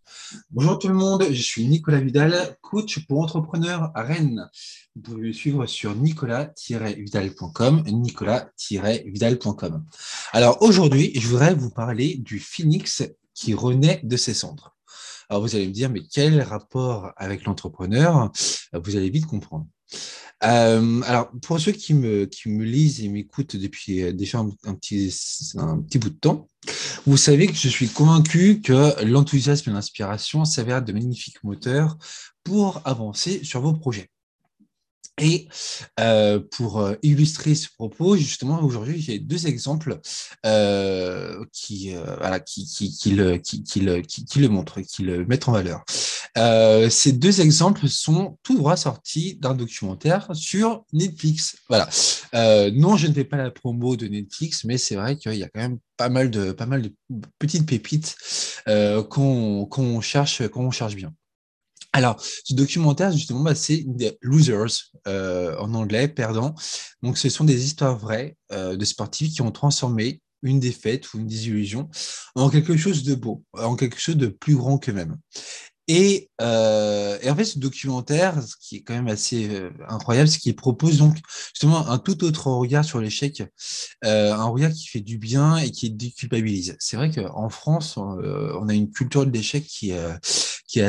Bonjour tout le monde, je suis Nicolas Vidal, coach pour entrepreneurs à Rennes. Vous pouvez me suivre sur nicolas-vidal.com, nicolas-vidal.com. Alors aujourd'hui, je voudrais vous parler du phénix qui renaît de ses cendres. Alors vous allez me dire, mais quel rapport avec l'entrepreneur? Vous allez vite comprendre. Alors, pour ceux qui me lisent et m'écoutent depuis déjà un petit bout de temps, vous savez que je suis convaincu que l'enthousiasme et l'inspiration s'avèrent de magnifiques moteurs pour avancer sur vos projets. Et pour illustrer ce propos, justement, aujourd'hui, j'ai deux exemples voilà, qui le montrent, qui le mettent en valeur. Ces deux exemples sont tout droit sortis d'un documentaire sur Netflix. Voilà. Non, je ne fais pas la promo de Netflix, mais c'est vrai qu'il y a quand même pas mal de petites pépites qu'on cherche bien. Alors, ce documentaire, justement, c'est The Losers en anglais, perdant. Donc, ce sont des histoires vraies de sportifs qui ont transformé une défaite ou une désillusion en quelque chose de beau, en quelque chose de plus grand qu'eux-mêmes. Et en fait, ce documentaire, ce qui est quand même assez incroyable, c'est qu'il propose donc justement un tout autre regard sur l'échec, un regard qui fait du bien et qui déculpabilise. C'est vrai qu'en France, on a une culture de l'échec qui est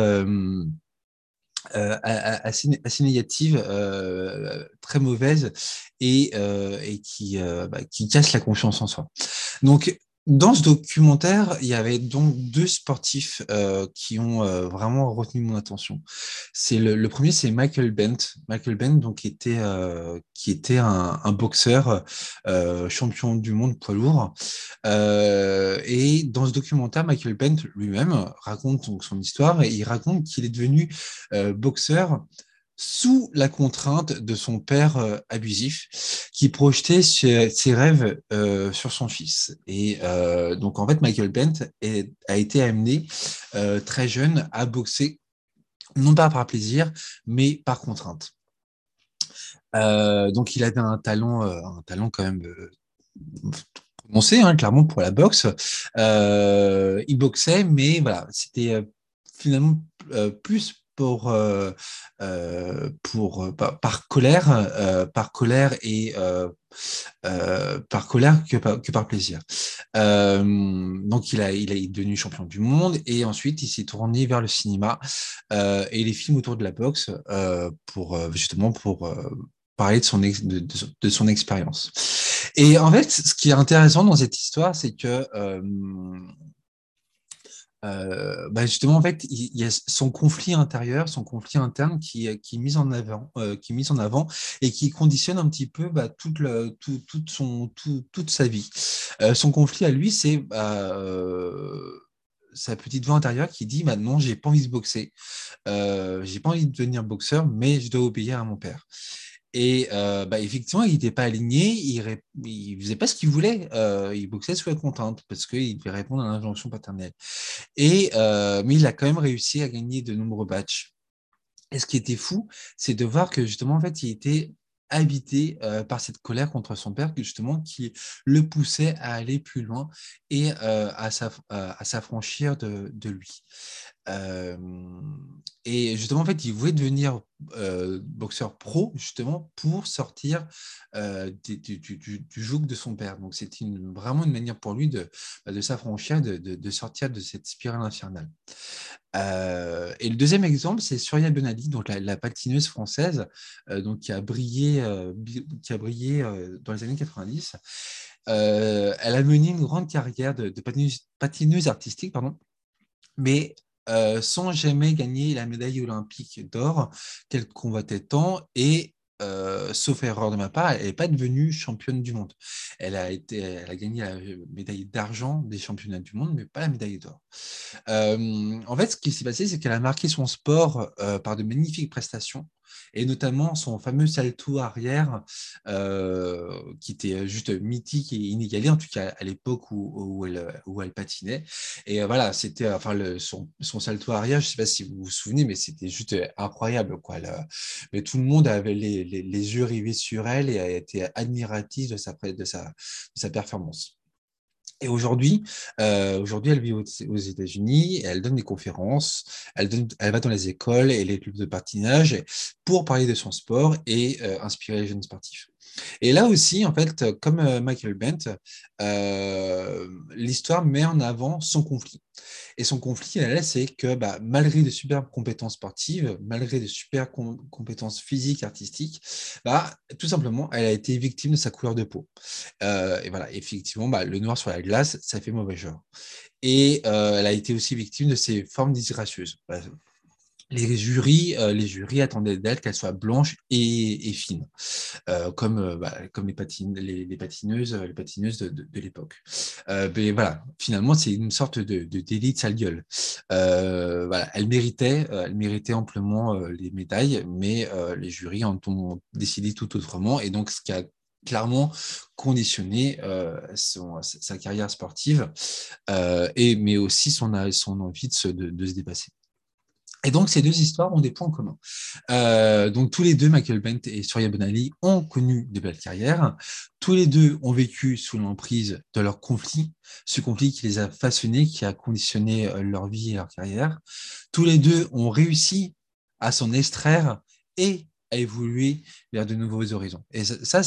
assez négative, très mauvaise et qui casse la confiance en soi. Donc, dans ce documentaire, il y avait donc deux sportifs qui ont vraiment retenu mon attention. Le premier, c'est Michael Bent. Michael Bent, donc, qui était un boxeur champion du monde poids lourd. Et dans ce documentaire, Michael Bent lui-même raconte donc son histoire et il raconte qu'il est devenu boxeur sous la contrainte de son père abusif qui projetait ses rêves sur son fils. Et donc, en fait, Michael Bent a été amené très jeune à boxer, non pas par plaisir, mais par contrainte. Donc, il avait un talent quand même prononcé, hein, clairement, pour la boxe. Il boxait, mais voilà, c'était finalement plus par colère, par colère que par plaisir. Donc il est devenu champion du monde et ensuite il s'est tourné vers le cinéma et les films autour de la boxe justement pour parler de son expérience. Et en fait, ce qui est intéressant dans cette histoire, c'est que justement, en fait, il y a son conflit intérieur, son conflit interne qui est mis en avant, et qui conditionne un petit peu toute sa vie. Son conflit à lui, c'est sa petite voix intérieure qui dit, bah, non, j'ai pas envie de boxer, j'ai pas envie de devenir boxeur, mais je dois obéir à mon père. Et effectivement, il n'était pas aligné, il faisait pas ce qu'il voulait, il boxait sous la contrainte parce qu'il devait répondre à l'injonction paternelle. Mais il a quand même réussi à gagner de nombreux matchs. Et ce qui était fou, c'est de voir que justement, en fait, il était habité par cette colère contre son père, qui le poussait à aller plus loin et à s'affranchir de lui. Euh, et justement, en fait, il voulait devenir boxeur pro, justement, pour sortir du joug de son père. Donc, c'était vraiment une manière pour lui de s'affranchir, de sortir de cette spirale infernale. Et le deuxième exemple, c'est Surya Benali, donc la patineuse française, donc qui a brillé dans les années 90. Elle a mené une grande carrière de patineuse artistique, pardon, mais sans jamais gagner la médaille olympique d'or qu'elle convoitait tant. Et sauf erreur de ma part, elle n'est pas devenue championne du monde. Elle a gagné la médaille d'argent des championnats du monde, mais pas la médaille d'or. En fait, ce qui s'est passé, c'est qu'elle a marqué son sport par de magnifiques prestations, et notamment son fameux salto arrière, qui était juste mythique et inégalé, en tout cas à l'époque où elle patinait. Et voilà, c'était enfin son salto arrière, je ne sais pas si vous vous souvenez, mais c'était juste incroyable, quoi. Mais tout le monde avait les yeux rivés sur elle et a été admiratif de sa performance. Et aujourd'hui, elle vit aux États-Unis, et elle donne des conférences, elle va dans les écoles et les clubs de patinage pour parler de son sport et inspirer les jeunes sportifs. Et là aussi, en fait, comme Michael Bent, l'histoire met en avant son conflit. Et son conflit, là, c'est que bah, malgré de superbes compétences sportives, malgré de superbes compétences physiques, artistiques, bah, tout simplement, elle a été victime de sa couleur de peau. Et voilà, effectivement, bah, le noir sur la glace, ça fait mauvais genre. Et elle a été aussi victime de ses formes disgracieuses. Voilà. Les jurys attendaient d'elle qu'elle soit blanche et fine, comme les patineuses de l'époque. Mais voilà, finalement, c'est une sorte de délit de sale gueule. Voilà, elle méritait amplement les médailles, mais les jurys en ont décidé tout autrement, et donc ce qui a clairement conditionné sa carrière sportive, mais aussi son envie de se dépasser. Et donc, ces deux histoires ont des points communs. Donc, tous les deux, Michael Bent et Surya Bonali, ont connu de belles carrières. Tous les deux ont vécu sous l'emprise de leur conflit, ce conflit qui les a façonnés, qui a conditionné leur vie et leur carrière. Tous les deux ont réussi à s'en extraire et à évoluer vers de nouveaux horizons. Et ça,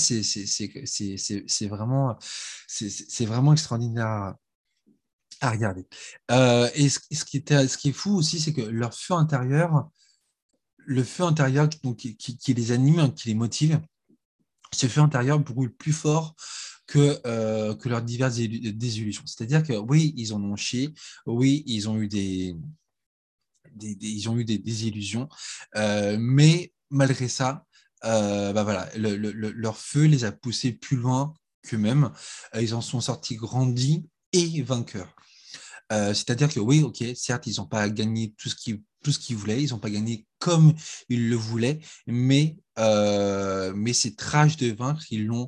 c'est vraiment extraordinaire à regarder. Et ce qui est fou aussi, c'est que leur feu intérieur, le feu intérieur donc, qui les anime, hein, qui les motive, ce feu intérieur brûle plus fort que leurs diverses désillusions. C'est-à-dire que oui, ils en ont chié, oui, ils ont eu ils ont eu des désillusions, mais malgré ça, bah voilà, leur feu les a poussés plus loin qu'eux-mêmes. Ils en sont sortis grandis et vainqueurs. C'est-à-dire que oui, ok, certes, ils n'ont pas gagné tout ce qu'ils voulaient, ils n'ont pas gagné comme ils le voulaient, mais cette rage de vaincre,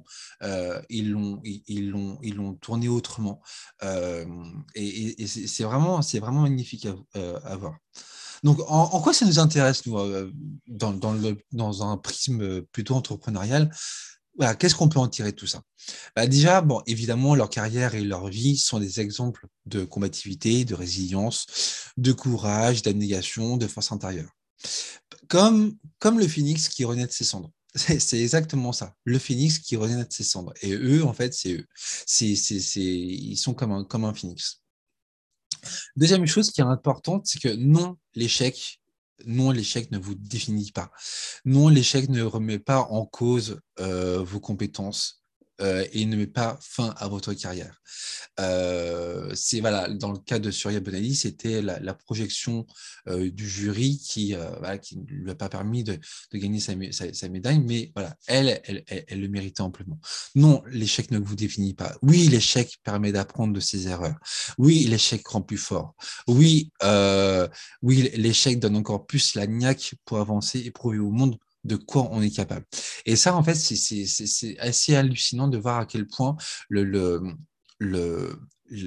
ils l'ont tourné autrement. Euh, et c'est vraiment magnifique à voir. Donc, en quoi ça nous intéresse, nous, dans un prisme plutôt entrepreneurial? Voilà, qu'est-ce qu'on peut en tirer de tout ça? Bah déjà, bon, évidemment, leur carrière et leur vie sont des exemples de combativité, de résilience, de courage, d'abnégation, de force intérieure. Comme le phénix qui renaît de ses cendres. C'est exactement ça. Le phénix qui renaît de ses cendres. Et eux, en fait, c'est eux. Ils sont comme un phénix. Deuxième chose qui est importante, c'est que non, l'échec ne vous définit pas. Non, l'échec ne remet pas en cause vos compétences et ne met pas fin à votre carrière. C'est voilà, dans le cas de Surya Bonali, c'était la projection du jury voilà, qui ne lui a pas permis de gagner sa médaille, mais voilà, elle le méritait amplement. Non, l'échec ne vous définit pas. Oui, l'échec permet d'apprendre de ses erreurs. Oui, l'échec rend plus fort. Oui, oui, l'échec donne encore plus la niaque pour avancer et prouver au monde de quoi on est capable. Et ça, en fait, c'est assez hallucinant de voir à quel point le, le, le,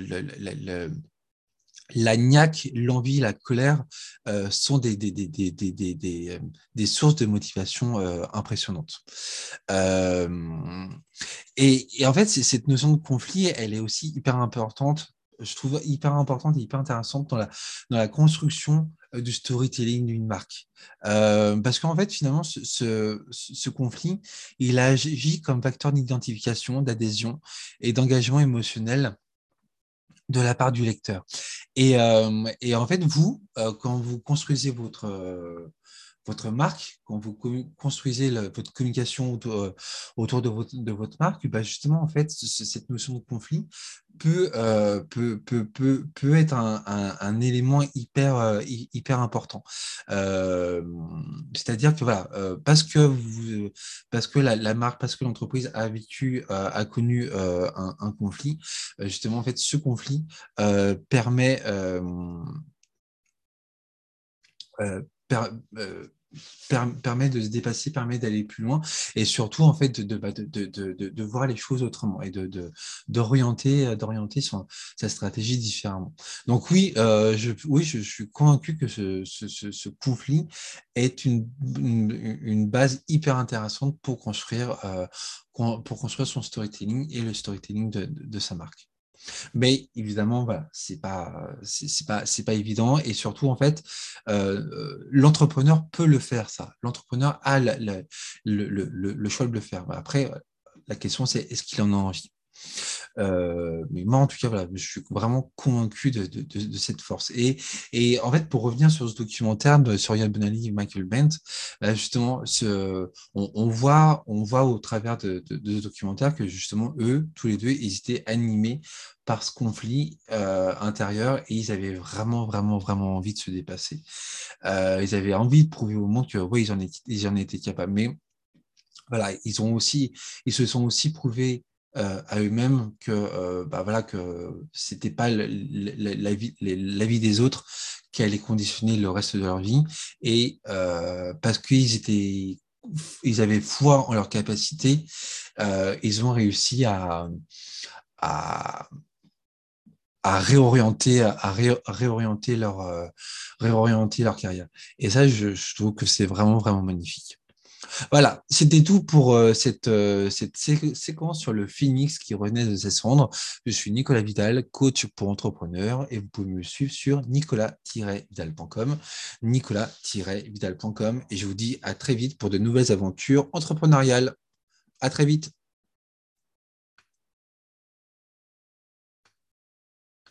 la niaque, l'envie, la colère sont des sources de motivation impressionnantes. Euh, et en fait, cette notion de conflit, elle est aussi hyper importante, je trouve hyper importante et hyper intéressante dans la construction du storytelling d'une marque. Parce qu'en fait, finalement, ce conflit, il agit comme facteur d'identification, d'adhésion et d'engagement émotionnel de la part du lecteur. Et en fait, vous, quand vous construisez votre marque, quand vous construisez votre communication autour de votre marque, bah justement, en fait, cette notion de conflit peut être un élément hyper important. Euh, C'est-à-dire que voilà, parce que la marque, parce que l'entreprise a connu un conflit, justement, en fait, ce conflit permet euh, per- euh, permet de se dépasser, permet d'aller plus loin et surtout en fait de voir les choses autrement et d'orienter sa stratégie différemment. Donc oui, je suis convaincu que ce conflit est une base hyper intéressante pour construire son storytelling et le storytelling de sa marque. Mais évidemment, voilà, c'est pas évident. Et surtout, en fait, l'entrepreneur peut le faire, ça. L'entrepreneur a le choix de le faire. Après, la question, c'est est-ce qu'il en a envie? Mais moi, en tout cas, voilà, je suis vraiment convaincu de cette force. Et en fait, pour revenir sur ce documentaire de Surya Bonali et Michael Bent, justement, on voit au travers de ce documentaire que justement, eux, tous les deux, ils étaient animés par ce conflit intérieur et ils avaient vraiment, vraiment, vraiment envie de se dépasser. Ils avaient envie de prouver au monde que oui, ils en étaient capables. Mais voilà, ils se sont aussi prouvés à eux-mêmes que bah voilà que c'était pas la vie des autres qui allait conditionner le reste de leur vie et parce ils avaient foi en leur capacité, ils ont réussi à, réorienter leur carrière. Et ça, je trouve que c'est vraiment, vraiment magnifique. Voilà, c'était tout pour cette séquence sur le phénix qui renaît de ses cendres. Je suis Nicolas Vidal, coach pour entrepreneurs, et vous pouvez me suivre sur nicolas-vidal.com, nicolas-vidal.com, et je vous dis à très vite pour de nouvelles aventures entrepreneuriales. À très vite.